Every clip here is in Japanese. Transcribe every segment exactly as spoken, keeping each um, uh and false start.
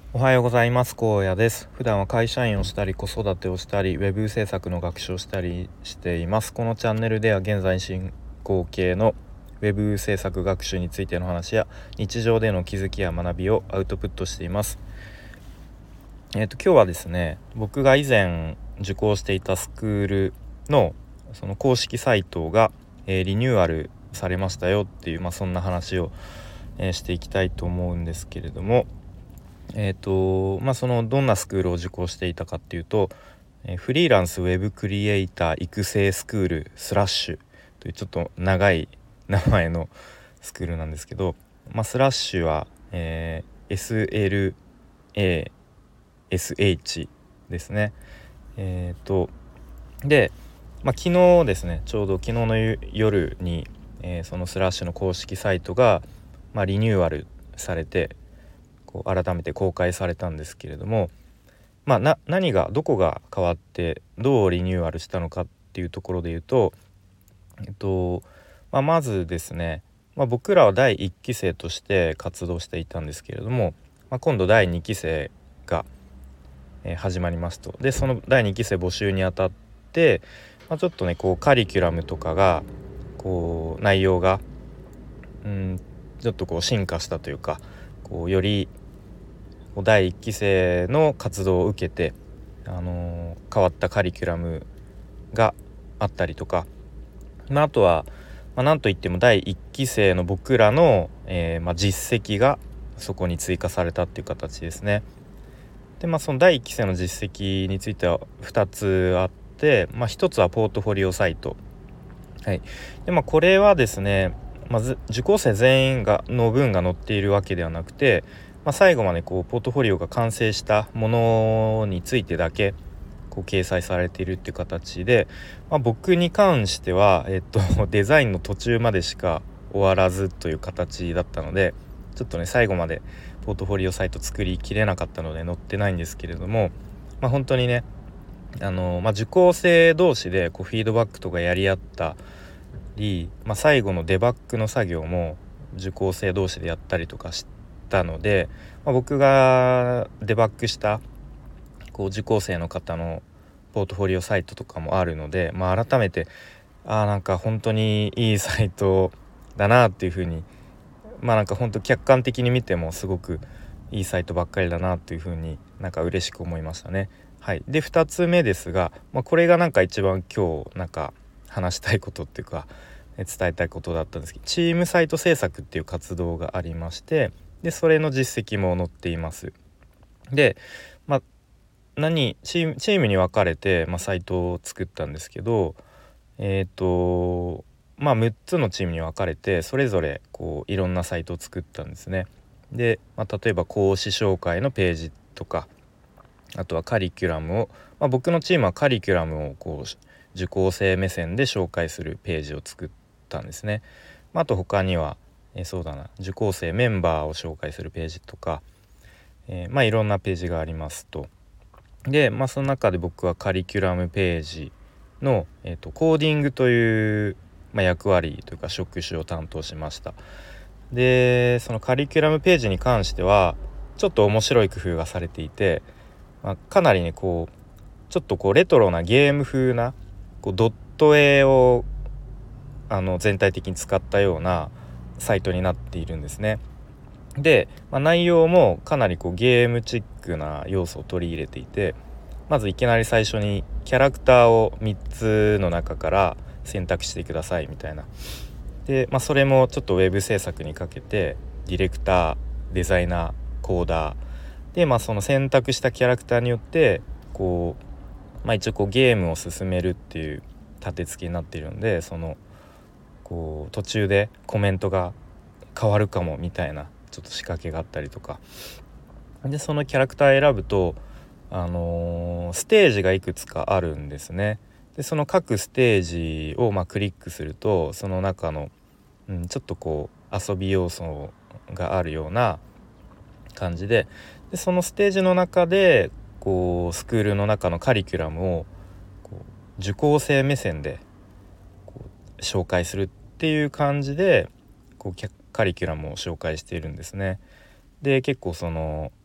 おはようございます。荒野です。普段は会社員をしたり子育てをしたりウェブ制作の学習をしたりしています。このチャンネルでは現在進行形のウェブ制作学習についての話や日常での気づきや学びをアウトプットしています。えっと今日はですね、僕が以前受講していたスクールのその公式サイトが、えーリニューアルされましたよっていう、まあ、そんな話を、えーしていきたいと思うんですけれども、えーとまあ、そのどんなスクールを受講していたかっていうと、えーフリーランスウェブクリエイター育成スクールスラッシュというちょっと長い名前のスクールなんですけど、まあ、スラッシュは、えー エスエルエーエスエイチ ですね。えーとで、まあ、昨日ですね、ちょうど昨日の夜に、えーそのスラッシュの公式サイトが、まあ、リニューアルされてこう改めて公開されたんですけれども、まあ、な何がどこが変わってどうリニューアルしたのかっていうところで言うと、えっとまあ、まずですね、まあ、僕らはだいいっき生として活動していたんですけれども、まあ、今度だいにき生が、えー始まりますと。でそのだいにき生募集にあたって、まあ、ちょっとねこうカリキュラムとかがこう内容がうんちょっとこう進化したというか、こうよりだいいっき生の活動を受けて、あのー変わったカリキュラムがあったりとか、まあ、あとは、まあ、なんといってもだいいっき生の僕らの、えーまあ、実績がそこに追加されたっていう形ですね。で、まあ、そのだいいっき生の実績についてはふたつあって、まあ、ひとつはポートフォリオサイト。はい。で、まあ、これはですね、まず受講生全員がの分が載っているわけではなくて、まあ、最後までこうポートフォリオが完成したものについてだけこう掲載されているっていう形で、まあ、僕に関しては、えっと、デザインの途中までしか終わらずという形だったので、ちょっとね最後までポートフォリオサイト作りきれなかったので載ってないんですけれども、まあ、本当にねあの、まあ、受講生同士でこうフィードバックとかやり合ったり、まあ、最後のデバッグの作業も受講生同士でやったりとかしたので、まあ、僕がデバッグしたこう受講生の方のポートフォリオサイトとかもあるので、まあ、改めてあーなんか本当にいいサイトだなっていうふうに、まあなんか本当客観的に見てもすごくいいサイトばっかりだなっていうふうになんか嬉しく思いましたね。はい。でふたつめですが、まあ、これがなんか一番今日なんか話したいことっていうかえ伝えたいことだったんですけど、チームサイト制作っていう活動がありまして、でそれの実績も載っています。で、まあ、何チーム、チームに分かれて、まあ、サイトを作ったんですけど、えっとまあむっつのチームに分かれてそれぞれこういろんなサイトを作ったんですね。で、まあ、例えば講師紹介のページとか、あとはカリキュラムを、まあ、僕のチームはカリキュラムをこう受講生目線で紹介するページを作ったんですね。まあ、あと他には、えーそうだな受講生メンバーを紹介するページとか、えーまあいろんなページがありますと。で、まあ、その中で僕はカリキュラムページの、えーと、コーディングという、まあ、役割というか職種を担当しました。でそのカリキュラムページに関してはちょっと面白い工夫がされていて、まあ、かなりねこうちょっとこうレトロなゲーム風なこうドット絵をあの全体的に使ったようなサイトになっているんですね。で、まあ、内容もかなりこうゲームチックな要素を取り入れていて、まずいきなり最初にキャラクターをみっつの中から選択してくださいみたいな。で、まあ、それもちょっとウェブ制作にかけてディレクター、デザイナー、コーダーで、まあ、その選択したキャラクターによってこう、まあ、一応こうゲームを進めるっていう立て付けになっているので、そのこう途中でコメントが変わるかもみたいなちょっと仕掛けがあったりとかで、そのキャラクター選ぶと、あのーステージがいくつかあるんですね。でその各ステージをまあクリックするとその中の、うん、ちょっとこう遊び要素があるような感じで、でそのステージの中でこうスクールの中のカリキュラムをこう受講生目線でこう紹介するっていう感じでこうカリキュラムを紹介しているんですね。で結構その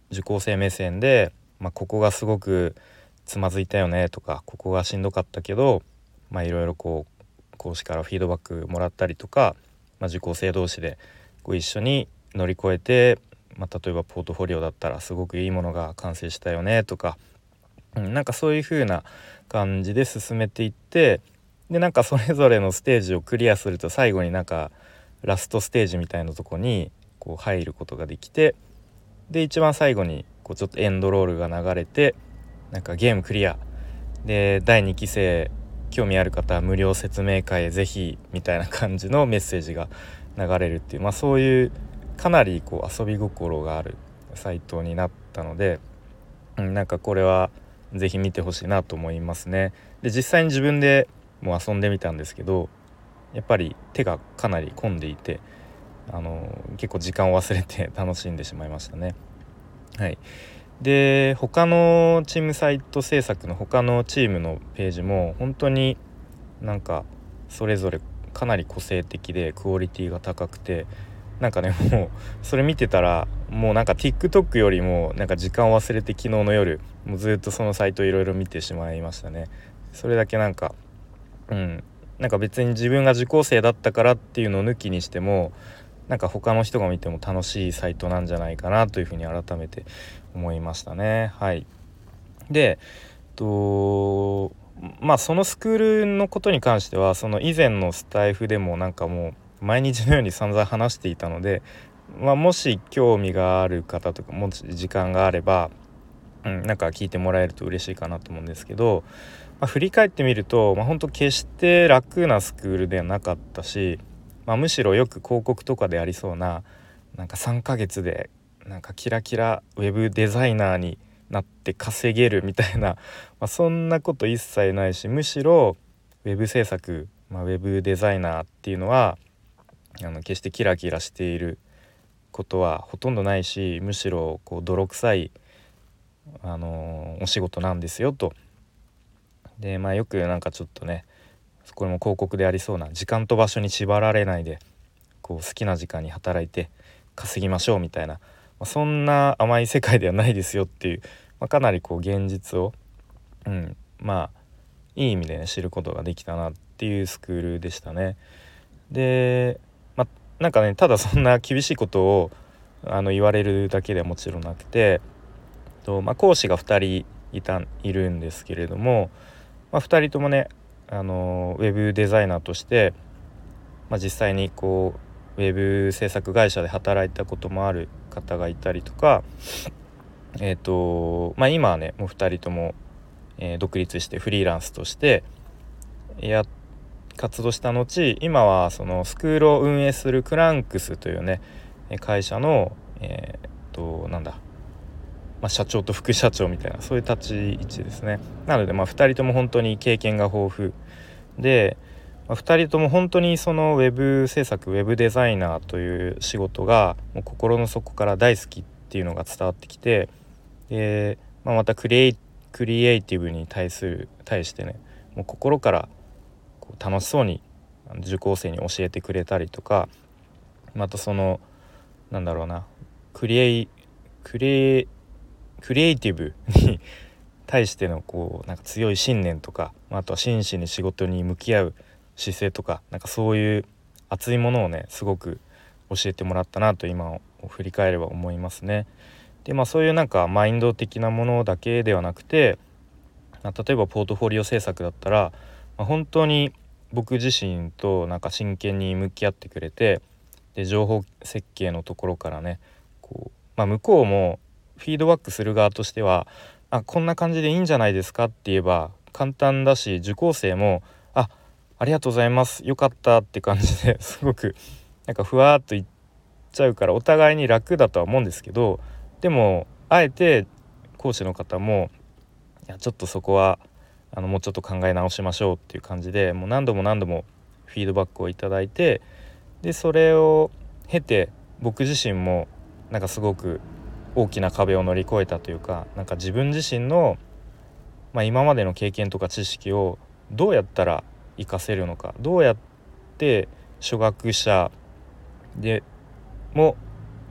受講生目線で、まあ、ここがすごくつまずいたよねとか、ここがしんどかったけど、まあいろいろこう講師からフィードバックもらったりとか、まあ、受講生同士でこう一緒に乗り越えて、まあ、例えばポートフォリオだったらすごくいいものが完成したよねとか、うん、なんかそういう風な感じで進めていって、でなんかそれぞれのステージをクリアすると最後になんかラストステージみたいなとこにこう入ることができて、で一番最後にこうちょっとエンドロールが流れて、なんかゲームクリアでだいにき生興味ある方は無料説明会へぜひみたいな感じのメッセージが流れるっていう、まあそういうかなりこう遊び心があるサイトになったので、うん、なんかこれはぜひ見てほしいなと思いますね。で実際に自分でもう遊んでみたんですけど、やっぱり手がかなり込んでいて、あの結構時間を忘れて楽しんでしまいましたね。はい。で他のチームサイト制作の他のチームのページも本当になんかそれぞれかなり個性的でクオリティが高くて、なんかねもうそれ見てたらもうなんか TikTok よりもなんか時間を忘れて昨日の夜もうずっとそのサイトいろいろ見てしまいましたね。それだけなんかうんなんか別に自分が受講生だったからっていうのを抜きにしても、なんか他の人が見ても楽しいサイトなんじゃないかなというふうに改めて思いましたね。はい。でとまあそのスクールのことに関してはその以前のスタイフでもなんかもう毎日のように散々話していたので、まあ、もし興味がある方とかもし時間があれば、うん、なんか聞いてもらえると嬉しいかなと思うんですけど、まあ、振り返ってみると、まあ、本当決して楽なスクールではなかったし、まあ、むしろよく広告とかでありそうななんかさんかげつでなんかキラキラウェブデザイナーになって稼げるみたいな、まあ、そんなこと一切ないし、むしろウェブ制作、まあ、ウェブデザイナーっていうのはあの決してキラキラしていることはほとんどないし、むしろこう泥臭い、あのーお仕事なんですよと。でまあよくなんかちょっとね、これも広告でありそうな時間と場所に縛られないでこう好きな時間に働いて稼ぎましょうみたいな、まあ、そんな甘い世界ではないですよっていう、まあ、かなりこう現実を、うん、まあいい意味でね知ることができたなっていうスクールでしたね。で、まあ、なんかねただそんな厳しいことをあの言われるだけではもちろんなくて、と、まあ、講師がふたりいたいるんですけれども、まあ、ふたりともねあのウェブデザイナーとして、まあ、実際にこうウェブ制作会社で働いたこともある方がいたりとか、えーとまあ、今はねもうふたりとも、えー独立してフリーランスとしてや活動した後、今はそのスクールを運営するクランクスというね会社の、えーとなんだまあ、社長と副社長みたいなそういう立ち位置ですね。なのでまあふたりとも本当に経験が豊富で、まあ、ふたりとも本当にそのウェブ制作ウェブデザイナーという仕事がもう心の底から大好きっていうのが伝わってきて、で、まあ、またクリエイ、クリエイティブに対する対してねもう心からこう楽しそうに受講生に教えてくれたりとか、またそのなんだろうなクリエイクリエイクリエイティブに対してのこうなんか強い信念とか、あとは真摯に仕事に向き合う姿勢とか、なんかそういう熱いものをねすごく教えてもらったなと今を振り返れば思いますね。でまあそういうなんかマインド的なものだけではなくて、まあ、例えばポートフォリオ制作だったら、まあ、本当に僕自身となんか真剣に向き合ってくれて、で情報設計のところからねこう、まあ、向こうもフィードバックする側としてはあこんな感じでいいんじゃないですかって言えば簡単だし、受講生もあありがとうございますよかったって感じですごくなんかふわっといっちゃうからお互いに楽だとは思うんですけど、でもあえて講師の方もいやちょっとそこはあのもうちょっと考え直しましょうっていう感じでもう何度も何度もフィードバックをいただいて、でそれを経て僕自身もなんかすごく大きな壁を乗り越えたというか、なんか自分自身の、まあ、今までの経験とか知識をどうやったら活かせるのか、どうやって初学者でも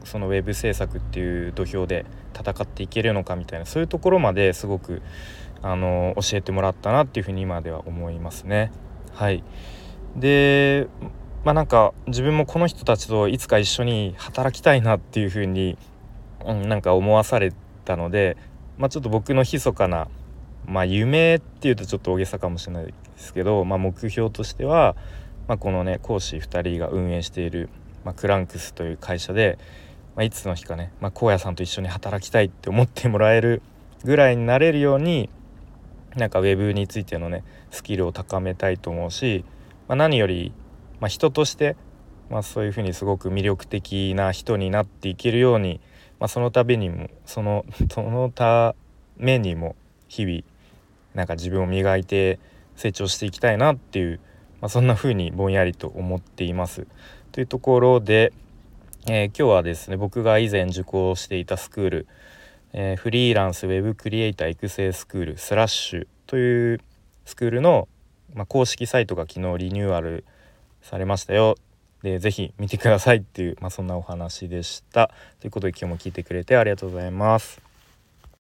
そのウェブ制作っていう土俵で戦っていけるのかみたいな、そういうところまですごくあの教えてもらったなっていうふうに今では思いますね。はい。でまあなんか自分もこの人たちといつか一緒に働きたいなっていうふうに、うん、なんか思わされたので、まあ、ちょっと僕の密かな、まあ、夢っていうとちょっと大げさかもしれないですけど、まあ、目標としては、まあ、このね講師ふたりが運営している、まあ、クランクスという会社で、まあ、いつの日かね、まあ、荒野さんと一緒に働きたいって思ってもらえるぐらいになれるように、なんかウェブについてのねスキルを高めたいと思うし、まあ、何より、まあ、人として、まあ、そういうふうにすごく魅力的な人になっていけるように、まあ、その度にもそのそのためにも日々なんか自分を磨いて成長していきたいなっていう、まあ、そんな風にぼんやりと思っています。というところで、えー今日はですね、僕が以前受講していたスクール、えーフリーランスウェブクリエイター育成スクールスラッシュというスクールの、まあ、公式サイトが昨日リニューアルされましたよ。で、ぜひ見てくださいっていう、まあ、そんなお話でした。ということで今日も聞いてくれてありがとうございます。